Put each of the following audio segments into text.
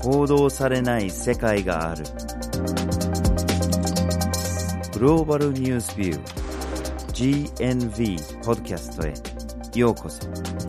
報道されない世界がある。グローバルニュースビュー GNV ポッドキャストへようこそ。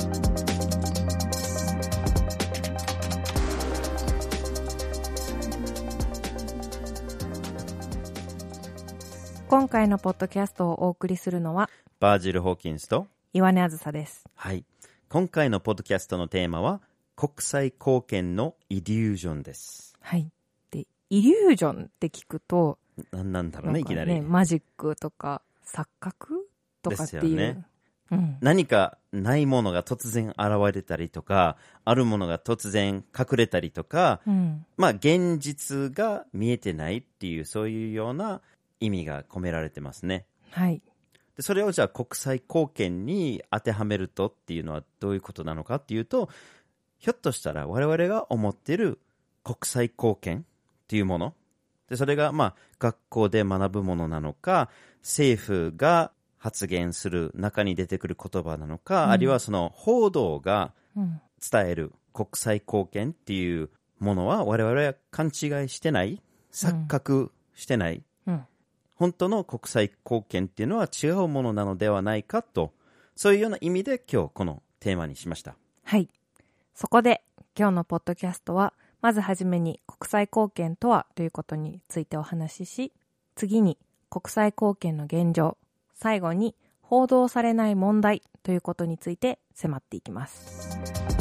今回のポッドキャストをお送りするのはバージル・ホーキンスと岩根あずさです。 はい。今回のポッドキャストのテーマは国際貢献のイリュージョンです。 はい。で、イリュージョンって聞くとなんだろうね、いきなり。 マジックとか錯覚とかっていう。ですよね。 何かないものが突然現れたりとか、あるものが突然隠れたりとか、まあ現実が見えてないっていう、そういうような意味が込められてますね。 はい。 でそれをじゃあ国際貢献に当てはめるとっていうのはどういうことなのかっていうと、ひょっとしたら我々が思っている国際貢献っていうもので、それがまあ学校で学ぶものなのか、政府が発言する中に出てくる言葉なのか、あるいはその報道が伝える国際貢献っていうものは我々は勘違いしてない、錯覚してない、本当の国際貢献っていうのは違うものなのではないかと、そういうような意味で今日このテーマにしました。 はい。そこで今日のポッドキャストは、まずはじめに国際貢献とはということについてお話しし、次に国際貢献の現状、最後に報道されない問題ということについて迫っていきます。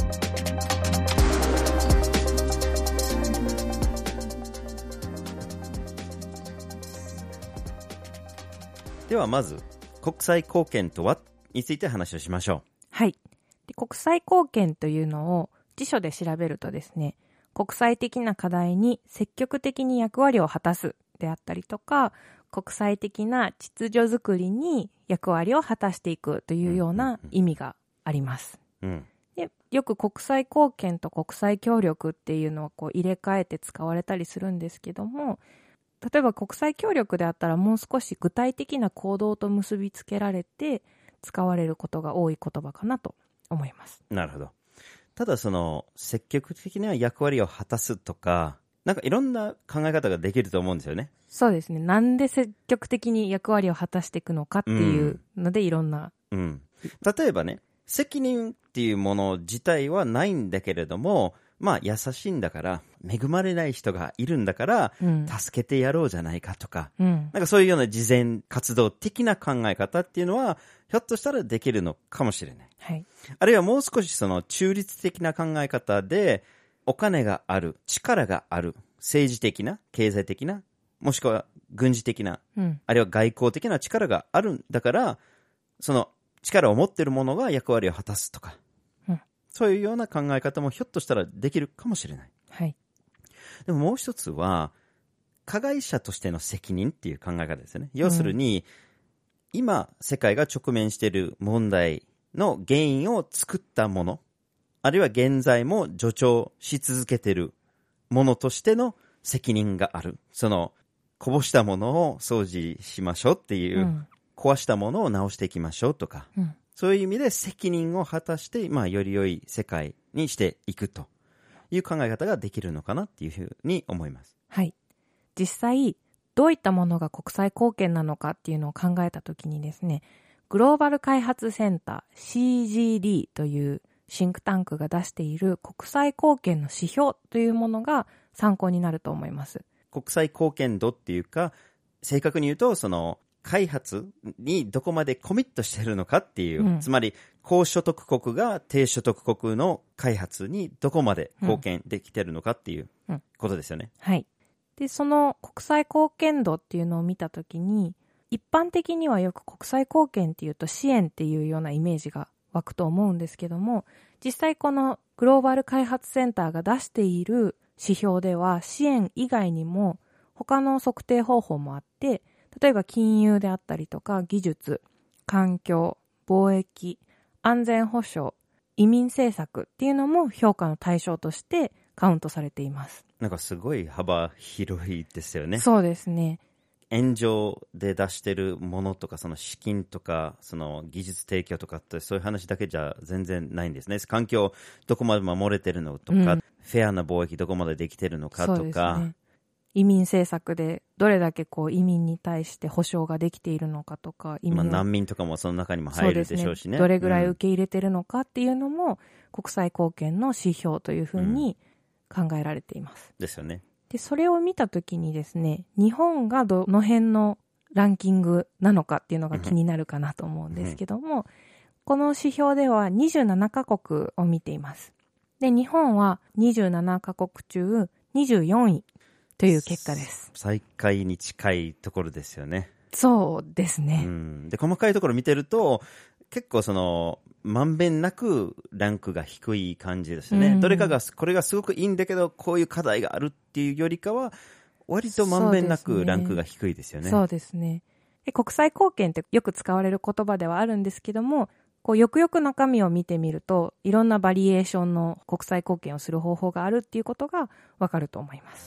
ではまず国際貢献とはについて話をしましょう。 はい。で、国際貢献というのを辞書で調べるとですね、国際的な課題に積極的に役割を果たすであったりとか、国際的な秩序づくりに役割を果たしていくというような意味があります。で、よく国際貢献と国際協力っていうのをこう入れ替えて使われたりするんですけども、例えば国際協力であったらもう少し具体的な行動と結びつけられて使われることが多い言葉かなと思います。 なるほど。ただその積極的な役割を果たすとか、なんかいろんな考え方ができると思うんですよね。 そうですね。なんで積極的に役割を果たしていくのかっていうのでいろんな、 例えばね、責任っていうもの自体はないんだけれども、まあ優しいんだから恵まれない人がいるんだから助けてやろうじゃないかとか、なんかそういうような慈善活動的な考え方っていうのはひょっとしたらできるのかもしれない、 はい、 あるいはもう少しその中立的な考え方で、お金がある、力がある、政治的な経済的なもしくは軍事的な、あるいは外交的な力があるんだから、その力を持っている者が役割を果たすとか、そういうような考え方もひょっとしたらできるかもしれない。 はい。 でももう一つは、加害者としての責任っていう考え方ですよね。要するに、今世界が直面している問題の原因を作ったもの、あるいは現在も助長し続けているものとしての責任がある。その、こぼしたものを掃除しましょうっていう、壊したものを直していきましょうとか、そういう意味で責任を果たして、まあ、より良い世界にしていくという考え方ができるのかなっていうふうに思います。 はい。実際、どういったものが国際貢献なのかっていうのを考えたときにですね、グローバル開発センター CGD というシンクタンクが出している国際貢献の指標というものが参考になると思います。 国際貢献度っていうか、正確に言うと、その、開発にどこまでコミットしているのかっていう、つまり高所得国が低所得国の開発にどこまで貢献できているのかっていうことですよね。 はい。で、その国際貢献度っていうのを見たときに、一般的にはよく国際貢献っていうと支援っていうようなイメージが湧くと思うんですけども、実際このグローバル開発センターが出している指標では支援以外にも他の測定方法もあって、例えば金融であったりとか技術、環境、貿易、安全保障、移民政策っていうのも評価の対象としてカウントされています。 なんかすごい幅広いですよね。 そうですね。 援助で出してるものとか、その資金とか、その技術提供とかってそういう話だけじゃ全然ないんですね。環境どこまで守れてるのとか、 フェアな貿易どこまでできてるのかとか、 そうですね、移民政策でどれだけこう移民に対して保障ができているのかとか、 難民とかもその中にも入るでしょうしね。 どれぐらい受け入れてるのかっていうのも、国際貢献の指標というふうに考えられています。 ですよね。 で、それを見たときにですね、日本がどの辺のランキングなのかっていうのが気になるかなと思うんですけども、この指標では27カ国を見ています。で、日本は27カ国中24位という結果です。 最下位に近いところですよね。 そうですね。 で、細かいところ見てると、結構まんべんなくランクが低い感じですね。どれかが、これがすごくいいんだけど、こういう課題があるっていうよりかは、割とまんべんなくランクが低いですよね。 そうですね。で、国際貢献ってよく使われる言葉ではあるんですけども、こうよくよく中身を見てみると、いろんなバリエーションの国際貢献をする方法があるっていうことがわかると思います。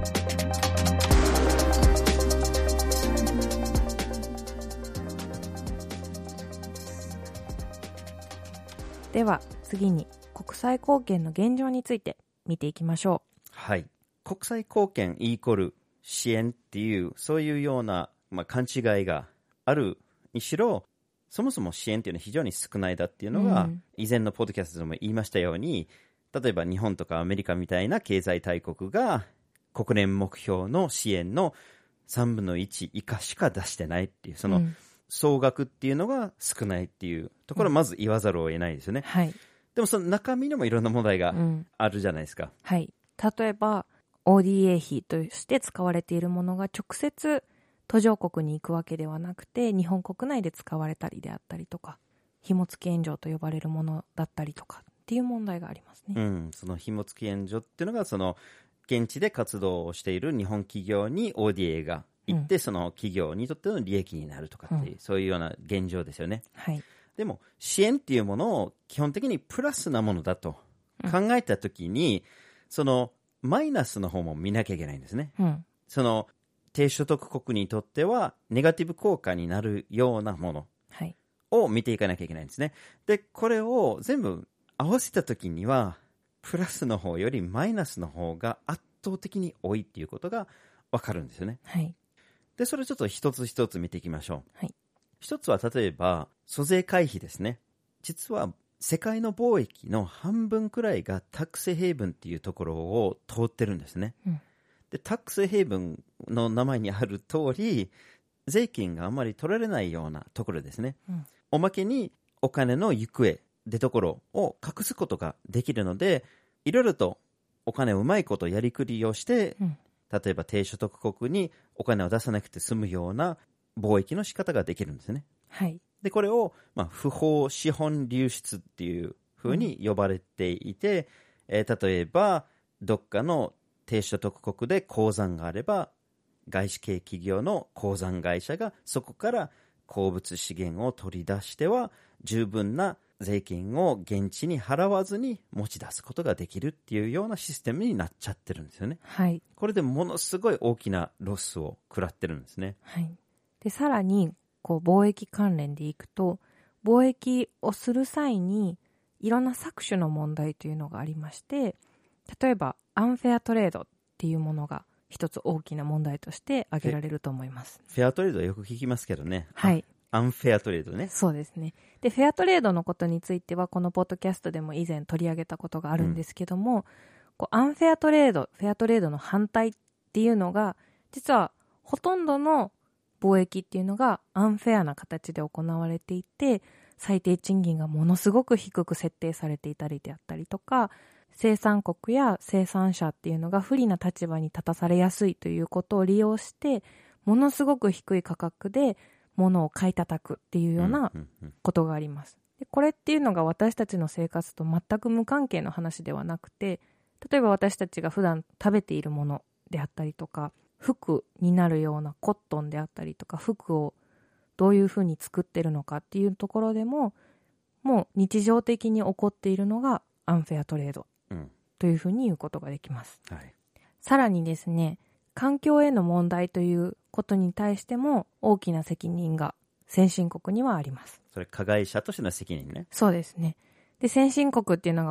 では次に国際貢献の現状について見ていきましょう。 はい。国際貢献イコール支援っていう、そういうような、勘違いがあるにしろ、そもそも支援っていうのは非常に少ないだっていうのが、以前のポッドキャストでも言いましたように、例えば日本とかアメリカみたいな経済大国が国連目標の支援の3分の1以下しか出してないっていう、総額っていうのが少ないっていうところをまず言わざるを得ないですよね。 はい。 でもその中身にもいろんな問題があるじゃないですか。 はい。例えば ODA 費として使われているものが直接途上国に行くわけではなくて、日本国内で使われたりであったりとか、紐付き援助と呼ばれるものだったりとかっていう問題がありますね。 その紐付き援助っていうのが、現地で活動をしている日本企業に ODA が行って、その企業にとっての利益になるとかっていう、そういうような現状ですよね。 はい。 でも支援っていうものを基本的にプラスなものだと考えたときに、マイナスの方も見なきゃいけないんですね。低所得国にとってはネガティブ効果になるようなものを見ていかなきゃいけないんですね。で、これを全部合わせたときには、プラスの方よりマイナスの方が圧倒的に多いっていうことがわかるんですよね。 はい。 で、それちょっと一つ一つ見ていきましょう。 はい。 一つは例えば、租税回避ですね。実は世界の貿易の半分くらいがタックスヘイブンっていうところを通ってるんですね。で、タックスヘイブンの名前にある通り、税金があんまり取られないようなところですね。おまけにお金の行方でところを隠すことができるので、いろいろとお金をうまいことやりくりをして、例えば低所得国にお金を出さなくて済むような貿易の仕方ができるんですね。 はい。 で、これを、不法資本流出っていうふうに呼ばれていて、例えばどっかの低所得国で鉱山があれば、外資系企業の鉱山会社がそこから鉱物資源を取り出しては十分な税金を現地に払わずに持ち出すことができるっていうようなシステムになっちゃってるんですよね。 はい。 これでものすごい大きなロスを食らってるんですね。 はい。で、さらに貿易関連でいくと、貿易をする際にいろんな搾取の問題というのがありまして、例えばアンフェアトレードっていうものが一つ大きな問題として挙げられると思います。 フェアトレードはよく聞きますけどね。 はい。 アンフェアトレードね。 そうですね。で、フェアトレードのことについてはこのポッドキャストでも以前取り上げたことがあるんですけども、アンフェアトレード、フェアトレードの反対っていうのが、実はほとんどの貿易っていうのがアンフェアな形で行われていて、最低賃金がものすごく低く設定されていたりであったりとか、生産国や生産者っていうのが不利な立場に立たされやすいということを利用して、ものすごく低い価格で物を買い叩くっていうようなことがあります。で、これっていうのが私たちの生活と全く無関係の話ではなくて、例えば私たちが普段食べているものであったりとか、服になるようなコットンであったりとか、服をどういうふうに作ってるのかっていうところでも、もう日常的に起こっているのがアンフェアトレードというふうに言うことができます。 はい、 さらにですね、環境への問題ということに対しても大きな責任が先進国にはあります。 それ加害者としての責任ね。 そうですね。で、先進国っていうのが発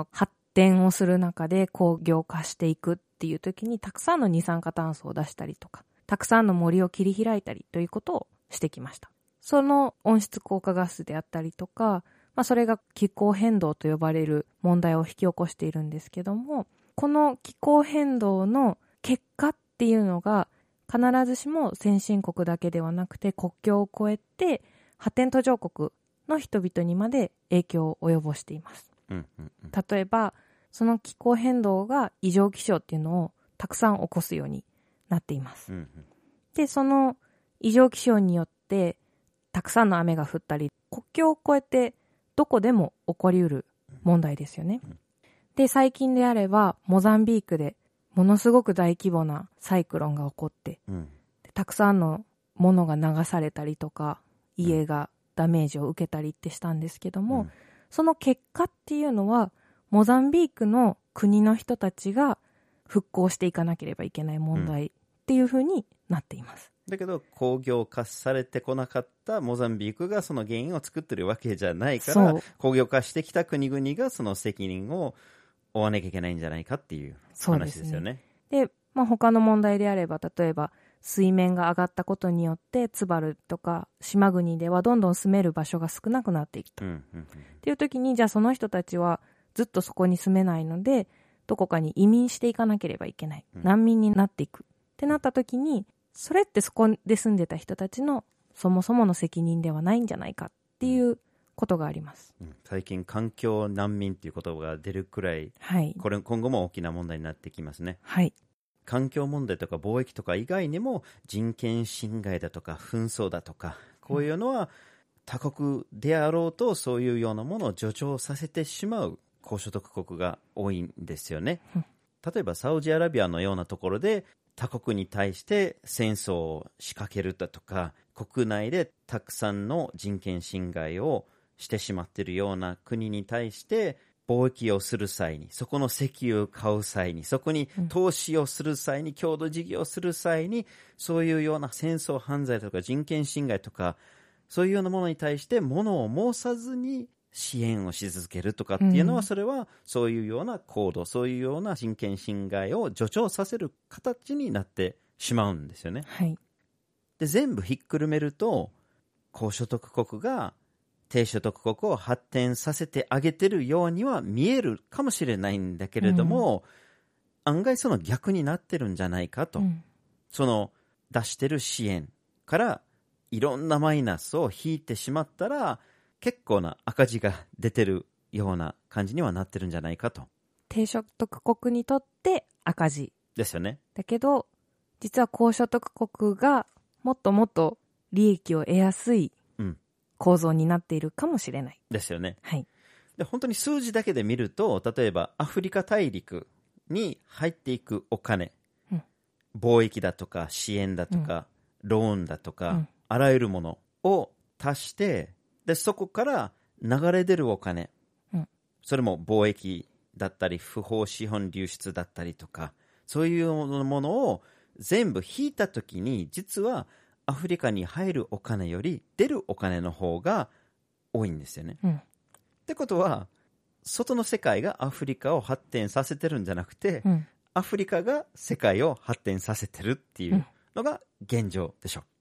展をする中で工業化していくっていう時にたくさんの二酸化炭素を出したりとか、たくさんの森を切り開いたりということをしてきました。その温室効果ガスであったりとか、それが気候変動と呼ばれる問題を引き起こしているんですけども、この気候変動の結果っていうのが必ずしも先進国だけではなくて国境を越えて発展途上国の人々にまで影響を及ぼしています。例えばその気候変動が異常気象っていうのをたくさん起こすようになっています。で、その異常気象によってたくさんの雨が降ったり、国境を越えてどこでも起こりうる問題ですよね。で、最近であればモザンビークでものすごく大規模なサイクロンが起こって、でたくさんのものが流されたりとか、家がダメージを受けたりってしたんですけども、その結果っていうのはモザンビークの国の人たちが復興していかなければいけない問題っていうふうになっています。 だけど工業化されてこなかったモザンビークがその原因を作ってるわけじゃないから、工業化してきた国々がその責任を負わなきゃいけないんじゃないかっていう話ですよね。 で、他の問題であれば、例えば水面が上がったことによってツバルとか島国ではどんどん住める場所が少なくなっていくと、っていう時に、じゃあその人たちはずっとそこに住めないのでどこかに移民していかなければいけない、難民になっていくってなった時に、それってそこで住んでた人たちのそもそもの責任ではないんじゃないかっていうことがあります。 最近環境難民っていう言葉が出るくらい、これ今後も大きな問題になってきますね。環境問題とか貿易とか以外にも人権侵害だとか紛争だとか、こういうのは他国であろうとそういうようなものを助長させてしまう高所得国が多いんですよね。例えばサウジアラビアのようなところで他国に対して戦争を仕掛けるだとか、国内でたくさんの人権侵害をしてしまっているような国に対して貿易をする際に、そこの石油を買う際に、そこに投資をする際に、共同事業をする際に、そういうような戦争犯罪とか人権侵害とか、そういうようなものに対して物を申さずに支援をし続けるとかっていうのは、それはそういうような行動、そういうような人権侵害を助長させる形になってしまうんですよね。で、全部ひっくるめると、高所得国が低所得国を発展させてあげてるようには見えるかもしれないんだけれども、案外その逆になってるんじゃないかと。その出してる支援からいろんなマイナスを引いてしまったら、結構な赤字が出てるような感じにはなってるんじゃないかと。 低所得国にとって赤字ですよね。 だけど、実は高所得国がもっともっと利益を得やすい構造になっているかもしれない。 ですよね。で、本当に数字だけで見ると、例えばアフリカ大陸に入っていくお金、貿易だとか支援だとか、ローンだとか、あらゆるものを足して、でそこから流れ出るお金、それも貿易だったり不法資本流出だったりとか、そういうものを全部引いたときに、実はアフリカに入るお金より出るお金の方が多いんですよね。ってことは、外の世界がアフリカを発展させてるんじゃなくて、アフリカが世界を発展させてるっていうのが現状でしょう。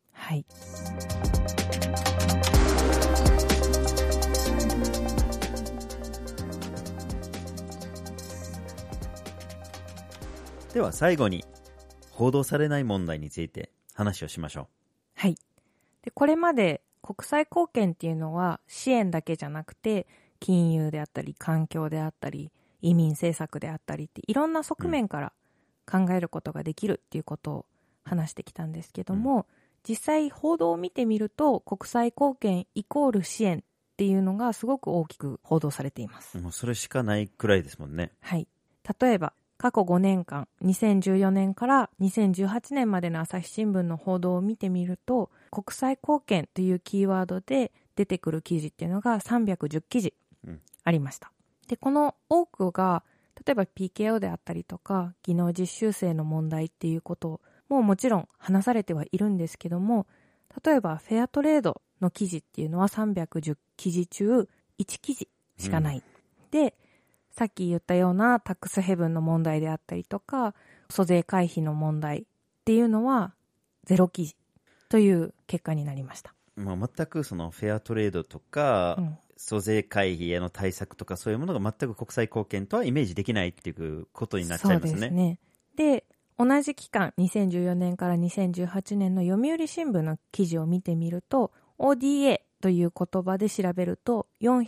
では最後に報道されない問題について話をしましょう。 で、これまで国際貢献っていうのは支援だけじゃなくて、金融であったり環境であったり移民政策であったりっていろんな側面から考えることができるっていうことを話してきたんですけども、実際報道を見てみると国際貢献イコール支援っていうのがすごく大きく報道されています。 もうそれしかないくらいですもんね。 例えば過去5年間、2014年から2018年までの朝日新聞の報道を見てみると、国際貢献というキーワードで出てくる記事っていうのが310記事ありました。で、この多くが、例えば PKO であったりとか、技能実習生の問題っていうことももちろん話されてはいるんですけども、例えばフェアトレードの記事っていうのは310記事中1記事しかない。で、 さっき言ったようなタックスヘブンの問題であったりとか、租税回避の問題っていうのはゼロ記事という結果になりました。 まあ、全くそのフェアトレードとか、租税回避への対策とかそういうものが全く国際貢献とはイメージできないっていうことになっちゃいますね。 そうですね。で、同じ期間、2014年から2018年の読売新聞の記事を見てみると、ODA という言葉で調べると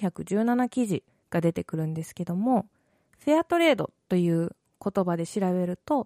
417記事が出てくるんですけども、フェアトレードという言葉で調べると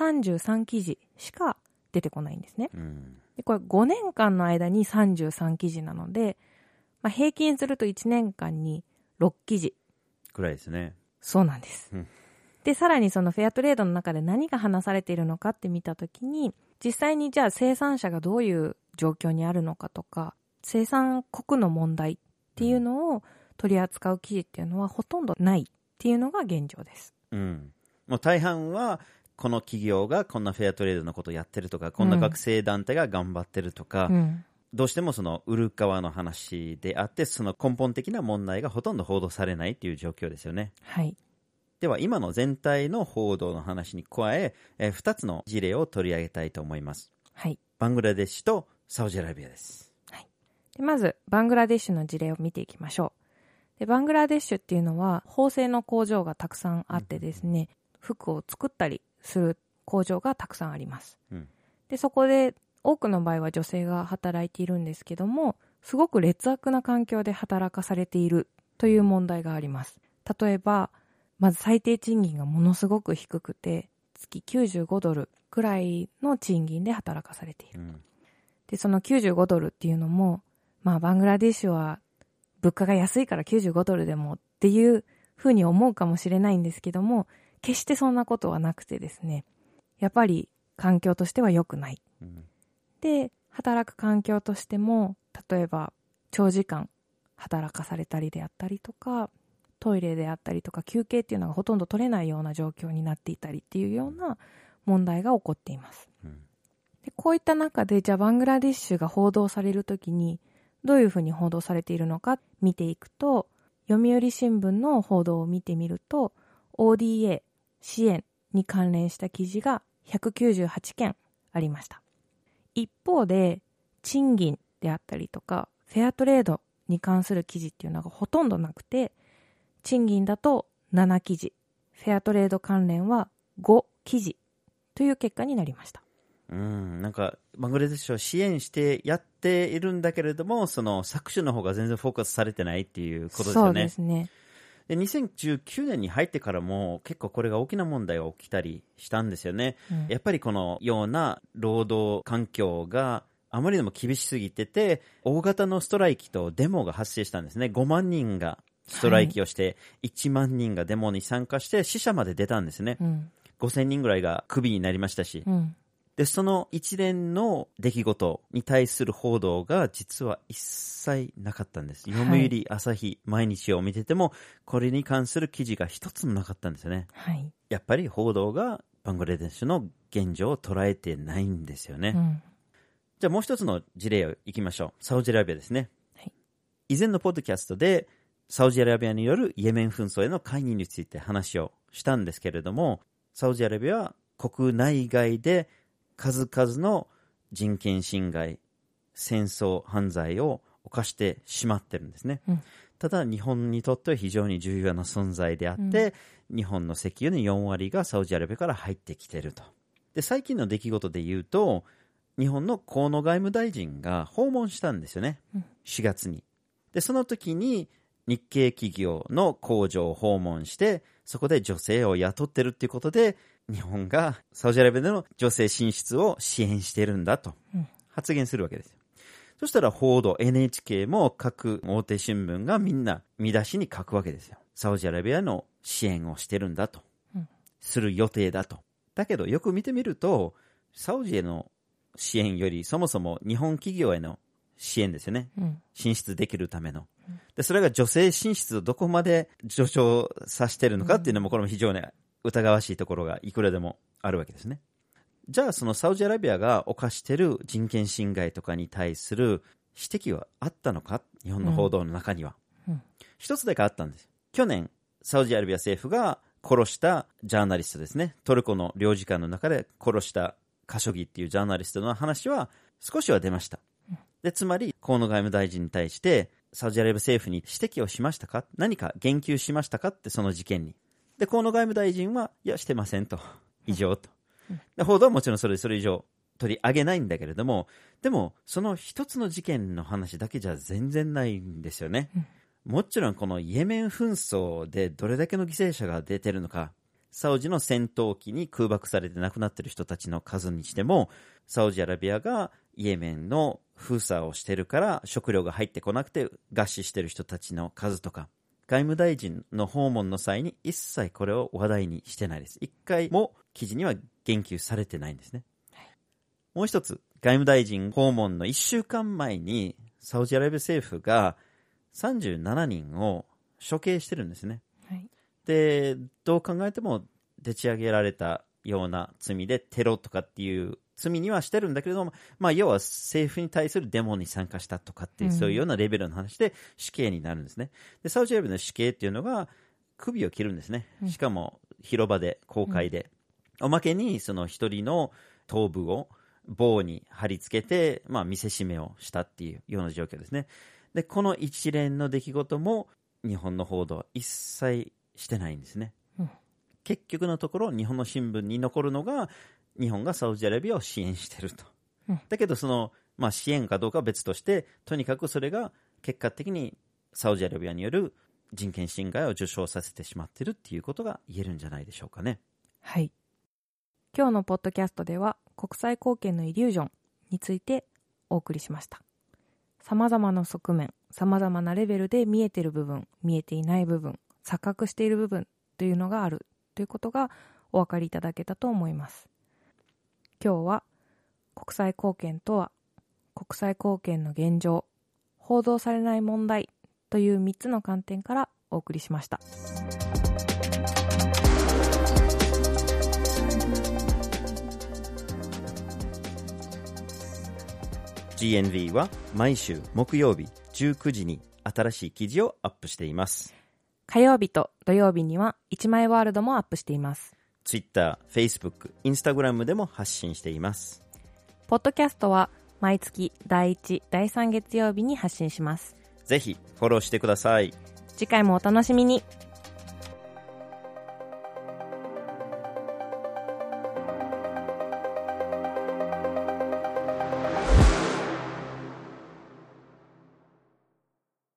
33記事しか出てこないんですね。でこれ5年間の間に33記事なので、平均すると1年間に6記事くらいですね。 そうなんです。で、さらにそのフェアトレードの中で何が話されているのかって見たときに、実際にじゃあ生産者がどういう状況にあるのかとか、生産国の問題っていうのを取り扱う記事っていうのはほとんどないっていうのが現状です。 もう大半はこの企業がこんなフェアトレードのことをやってるとか、こんな学生団体が頑張ってるとか、どうしてもその売る側の話であって、その根本的な問題がほとんど報道されないっていう状況ですよね。 はい。 では今の全体の報道の話に加え、2つの事例を取り上げたいと思います。 はい。 バングラデシュとサウジアラビアです。 はい。でまずバングラデシュの事例を見ていきましょう。でバングラデシュっていうのは縫製の工場がたくさんあってですね、服を作ったりする工場がたくさんあります。でそこで多くの場合は女性が働いているんですけども、すごく劣悪な環境で働かされているという問題があります。例えばまず最低賃金がものすごく低くて、月95ドルくらいの賃金で働かされている。で、その95ドルっていうのも、バングラデシュは物価が安いから95ドルでもっていうふうに思うかもしれないんですけども、決してそんなことはなくてですね、やっぱり環境としては良くない。で、働く環境としても、例えば長時間働かされたりであったりとか、トイレであったりとか休憩っていうのがほとんど取れないような状況になっていたりっていうような問題が起こっています。でこういった中でじゃあバングラデシュが報道されるときにどういうふうに報道されているのか見ていくと、読売新聞の報道を見てみると ODA 支援に関連した記事が198件ありました。一方で賃金であったりとかフェアトレードに関する記事っていうのがほとんどなくて、賃金だと7記事、フェアトレード関連は5記事という結果になりました。 なんかバングラデシュを支援してやっているんだけれども、その搾取の方が全然フォーカスされてないっていうことですよね。 そうですね。 で2019年に入ってからも結構これが大きな問題が起きたりしたんですよね。やっぱりこのような労働環境があまりにも厳しすぎてて、大型のストライキとデモが発生したんですね。5万人がストライキをして、1万人がデモに参加して死者まで出たんですね。5000人ぐらいがクビになりましたし、でその一連の出来事に対する報道が実は一切なかったんです。読売、朝日、毎日を見ててもこれに関する記事が一つもなかったんですよね。やっぱり報道がバングラデシュの現状を捉えてないんですよね。じゃあもう一つの事例をいきましょう。サウジアラビアですね。以前のポッドキャストでサウジアラビアによるイエメン紛争への介入について話をしたんですけれども、サウジアラビアは国内外で数々の人権侵害、戦争犯罪を犯してしまってるんですね。ただ日本にとっては非常に重要な存在であって、日本の石油の4割がサウジアラビアから入ってきていると。で最近の出来事で言うと、日本の河野外務大臣が訪問したんですよね。4月に。でその時に日系企業の工場を訪問して、そこで女性を雇ってるっていうことで、日本がサウジアラビアでの女性進出を支援してるんだと発言するわけですよ。そしたら報道 NHK も各大手新聞がみんな見出しに書くわけですよ。サウジアラビアの支援をしてるんだと、する予定だと。だけどよく見てみると、サウジへの支援よりそもそも日本企業への支援ですよね。進出できるための。でそれが女性進出をどこまで助長させてるのかっていうのも、これも非常に疑わしいところがいくらでもあるわけですね。じゃあそのサウジアラビアが犯している人権侵害とかに対する指摘はあったのか、日本の報道の中には。一つだけあったんです。去年サウジアラビア政府が殺したジャーナリストですね。トルコの領事館の中で殺したカショギっていうジャーナリストの話は少しは出ました。で、つまり、河野外務大臣に対して、サウジアラビア政府に指摘をしましたか？何か言及しましたかって、その事件に。で、河野外務大臣は、いや、してませんと。以上と。で、報道はもちろんそれ以上取り上げないんだけれども、でも、その一つの事件の話だけじゃ全然ないんですよね。もちろんこのイエメン紛争でどれだけの犠牲者が出てるのか、サウジの戦闘機に空爆されて亡くなっている人たちの数にしても、サウジアラビアがイエメンの封鎖をしてるから食料が入ってこなくて餓死してる人たちの数とか、外務大臣の訪問の際に一切これを話題にしてないです。一回も記事には言及されてないんですね。もう一つ、外務大臣訪問の1週間前にサウジアラビア政府が37人を処刑してるんですね。で、どう考えてもでち上げられたような罪でテロとかっていう罪にはしてるんだけれども、要は政府に対するデモに参加したとかっていう、そういうようなレベルの話で死刑になるんですね。で、サウジアラビアの死刑っていうのが首を切るんですね。しかも広場で、公開で。おまけにその一人の頭部を棒に貼り付けて、見せしめをしたっていうような状況ですね。で、この一連の出来事も日本の報道は一切してないんですね。結局のところ日本の新聞に残るのが日本がサウジアラビアを支援していると。だけどその、支援かどうかは別として、とにかくそれが結果的にサウジアラビアによる人権侵害を助長させてしまっているっていうことが言えるんじゃないでしょうかね。 はい。今日のポッドキャストでは国際貢献のイリュージョンについてお送りしました。様々な側面、様々なレベルで見えている部分、見えていない部分、錯覚している部分というのがあるということがお分かりいただけたと思います。今日は国際貢献とは、国際貢献の現状、報道されない問題という3つの観点からお送りしました。 GNV は毎週木曜日19時に新しい記事をアップしています。 火曜日と土曜日には一枚ワールドもアップしています。 Twitter、Facebook、Instagram でも発信しています。 ポッドキャストは毎月第1、第3月曜日に発信します。 ぜひフォローしてください。 次回もお楽しみに。